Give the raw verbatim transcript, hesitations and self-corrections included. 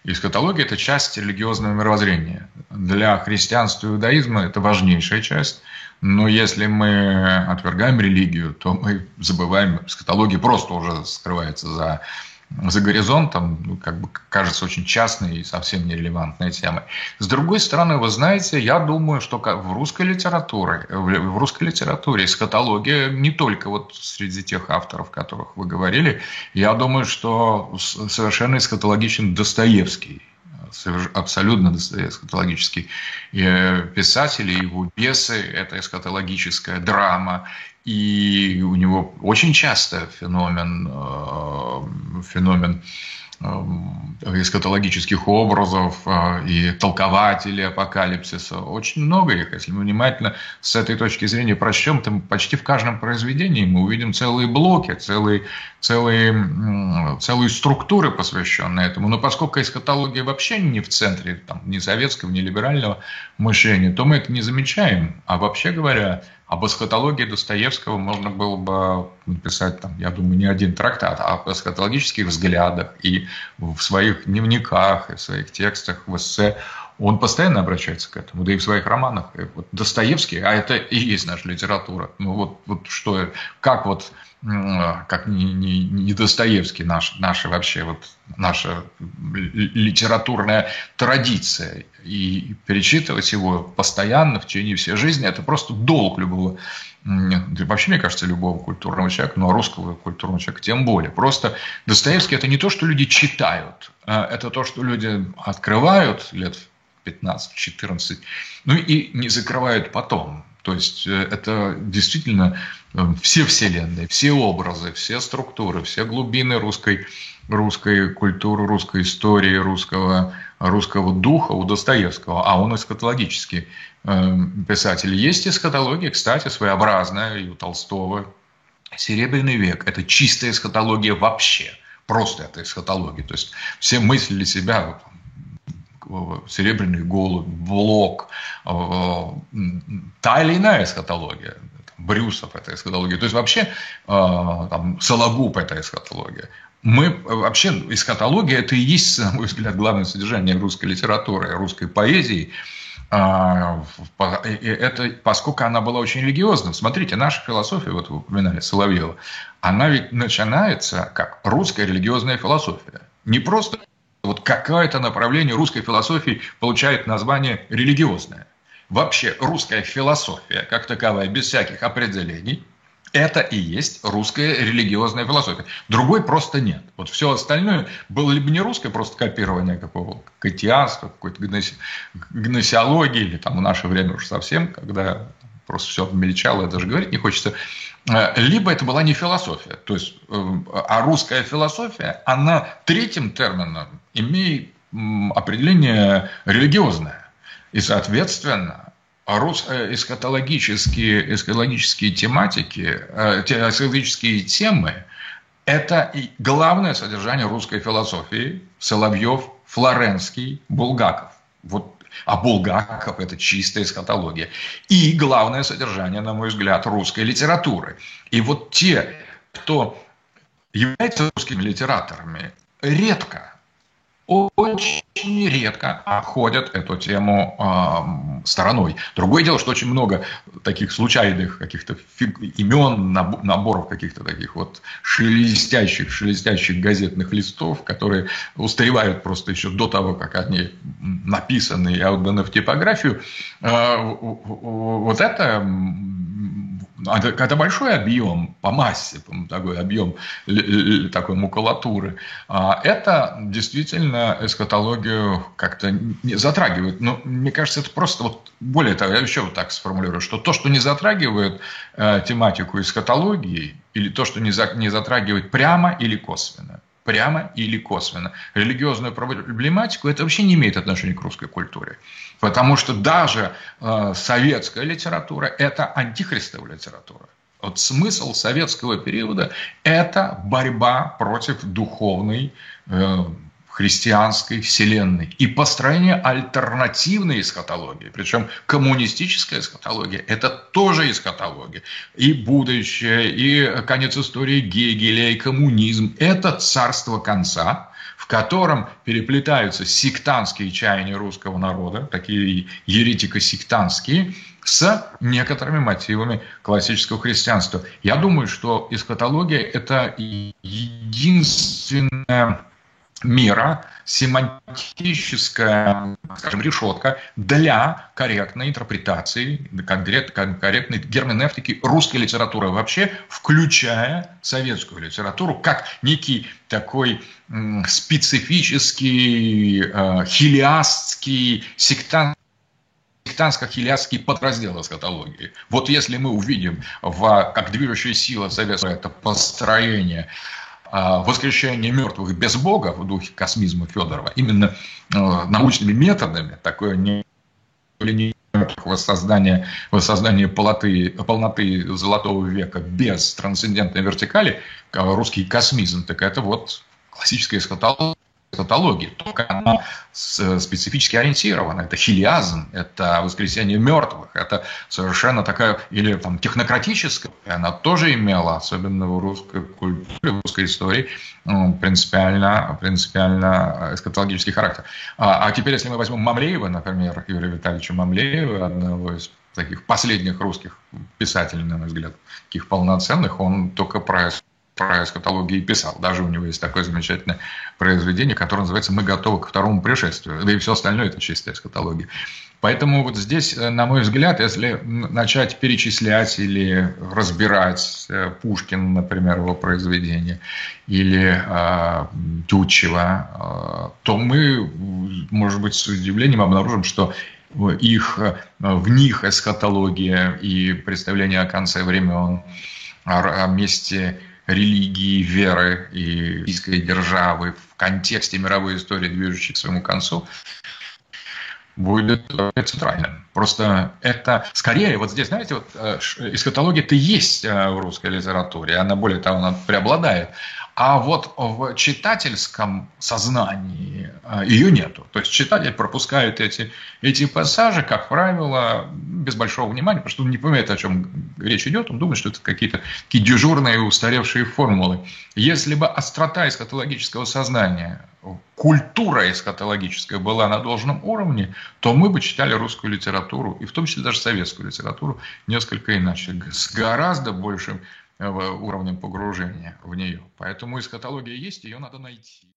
Эсхатология – это часть религиозного мировоззрения. Для христианства и иудаизма это важнейшая часть. Но если мы отвергаем религию, то мы забываем, эсхатология просто уже скрывается за, за горизонтом, ну, как бы кажется очень частной и совсем нерелевантной темой. С другой стороны, вы знаете, я думаю, что в русской литературе, в русской литературе эсхатология не только вот среди тех авторов, о которых вы говорили, я думаю, что совершенно эсхатологичен Достоевский. Абсолютно эсхатологический писатель, и его пьесы – это эсхатологическая драма, и у него очень часто феномен, феномен эсхатологических образов и толкователей апокалипсиса. Очень много их. Если мы внимательно с этой точки зрения прочтем, то почти в каждом произведении мы увидим целые блоки, целые, целые, целые структуры, посвященные этому. Но поскольку эсхатология вообще не в центре там, ни советского, ни либерального мышления, то мы это не замечаем. А вообще говоря, об эсхатологии Достоевского можно было бы написать, там, я думаю, не один трактат, а об эсхатологических взглядах и в своих дневниках, и в своих текстах, в эссе. Он постоянно обращается к этому, да и в своих романах. И вот Достоевский, а это и есть наша литература. Ну вот, вот что, как вот, как не, не, не Достоевский, наш, наша вообще вот наша литературная традиция. И перечитывать его постоянно в течение всей жизни – это просто долг любого, вообще, мне кажется, любого культурного человека, но русского культурного человека тем более. Просто Достоевский – это не то, что люди читают, это то, что люди открывают лет пятнадцать-четырнадцать, ну и не закрывают потом. То есть это действительно все вселенные, все образы, все структуры, все глубины русской, русской культуры, русской истории, русского, русского духа у Достоевского, а он эсхатологический писатель. Есть эсхатология, кстати, своеобразная и у Толстого. Серебряный век – это чистая эсхатология вообще, просто это эсхатология. То есть все мыслили себя Серебряный голубь, Блок, та или иная эсхатология. Брюсов – это эсхатология. То есть вообще там, Сологуб – это эсхатология. Мы вообще, эсхатология – это и есть, на мой взгляд, главное содержание русской литературы, русской поэзии. Это, поскольку она была очень религиозна. Смотрите, наша философия, вот вы упоминали Соловьева, она ведь начинается как русская религиозная философия. Не просто вот какое-то направление русской философии получает название религиозное. Вообще русская философия, как таковая, без всяких определений, это и есть русская религиозная философия. Другой просто нет. Вот все остальное было либо не русское, просто копирование какого-то катианства, какой-то гносеологии, или там в наше время уж совсем, когда просто все обмельчало, даже говорить не хочется. Либо это была не философия. То есть, а русская философия, она третьим термином имеет определение религиозное. И, соответственно, эсхатологические, эсхатологические тематики, эсхатологические темы – это и главное содержание русской философии. Соловьев, Флоренский, Булгаков. Вот. А Булгаков – это чистая эсхатология. И главное содержание, на мой взгляд, русской литературы. И вот те, кто являются русскими литераторами, редко, очень редко обходят эту тему э, стороной. Другое дело, что очень много таких случайных каких-то имен, наборов каких-то таких вот шелестящих, шелестящих газетных листов, которые устаревают просто еще до того, как они написаны и отданы в типографию. Э, вот это... Это большой объем по массе, такой объем такой макулатуры. Это действительно эсхатологию как-то не затрагивает. Но мне кажется, это просто вот более того, я еще вот так сформулирую, что то, что не затрагивает тематику эсхатологии, или то, что не затрагивает прямо или косвенно, прямо или косвенно религиозную проблематику, это вообще не имеет отношения к русской культуре. Потому что даже э, советская литература – это антихристовая литература. Вот смысл советского периода – это борьба против духовной э, христианской вселенной и построение альтернативной эсхатологии. Причем коммунистическая эсхатология – это тоже эсхатология. И будущее, и конец истории Гегеля, и коммунизм – это царство конца, в котором переплетаются сектантские чаяния русского народа, такие еретико-сектантские, с некоторыми мотивами классического христианства. Я думаю, что эсхатология – это единственная мера, семантическая, скажем, решетка для корректной интерпретации, корректной герменевтики русской литературы вообще, включая советскую литературу, как некий такой специфический, э, хилиастский, сектантский, сектантско-хилиастский подраздел эсхатологии. Вот если мы увидим, в, как движущая сила советского это построение воскрешение мертвых без Бога в духе космизма Федорова именно э, научными методами, такое не воссоздание, воссоздание полноты, полноты Золотого века без трансцендентной вертикали, русский космизм, так это вот классическая эсхатология. Эсхатологии, только она специфически ориентирована. Это хилиазм, это воскресение мертвых, это совершенно такая, или там технократическая, она тоже имела, особенно в русской культуре, в русской истории, принципиально, принципиально эсхатологический характер. А, а теперь, если мы возьмем Мамлеева, например, Юрия Витальевича Мамлеева, одного из таких последних русских писателей, на мой взгляд, таких полноценных, он только про про эсхатологию и писал. Даже у него есть такое замечательное произведение, которое называется «Мы готовы к второму пришествию». Да и все остальное – это чистая эсхатология. Поэтому вот здесь, на мой взгляд, если начать перечислять или разбирать Пушкина, например, его произведения, или э, Тютчева, э, то мы, может быть, с удивлением обнаружим, что их, в них эсхатология и представление о конце времен, о месте религии, веры и российской державы в контексте мировой истории, движущей к своему концу, будет центральным. Просто это скорее, вот здесь, знаете, вот эсхатология-то есть в русской литературе, она, более того, она преобладает. А вот в читательском сознании ее нету. То есть читатель пропускает эти, эти пассажи, как правило, без большого внимания, потому что он не понимает, о чем речь идет, он думает, что это какие-то такие дежурные устаревшие формулы. Если бы острота эсхатологического сознания, культура эсхатологическая была на должном уровне, то мы бы читали русскую литературу, и в том числе даже советскую литературу, несколько иначе, с гораздо большим уровнем погружения в нее. Поэтому эсхатология есть, ее надо найти.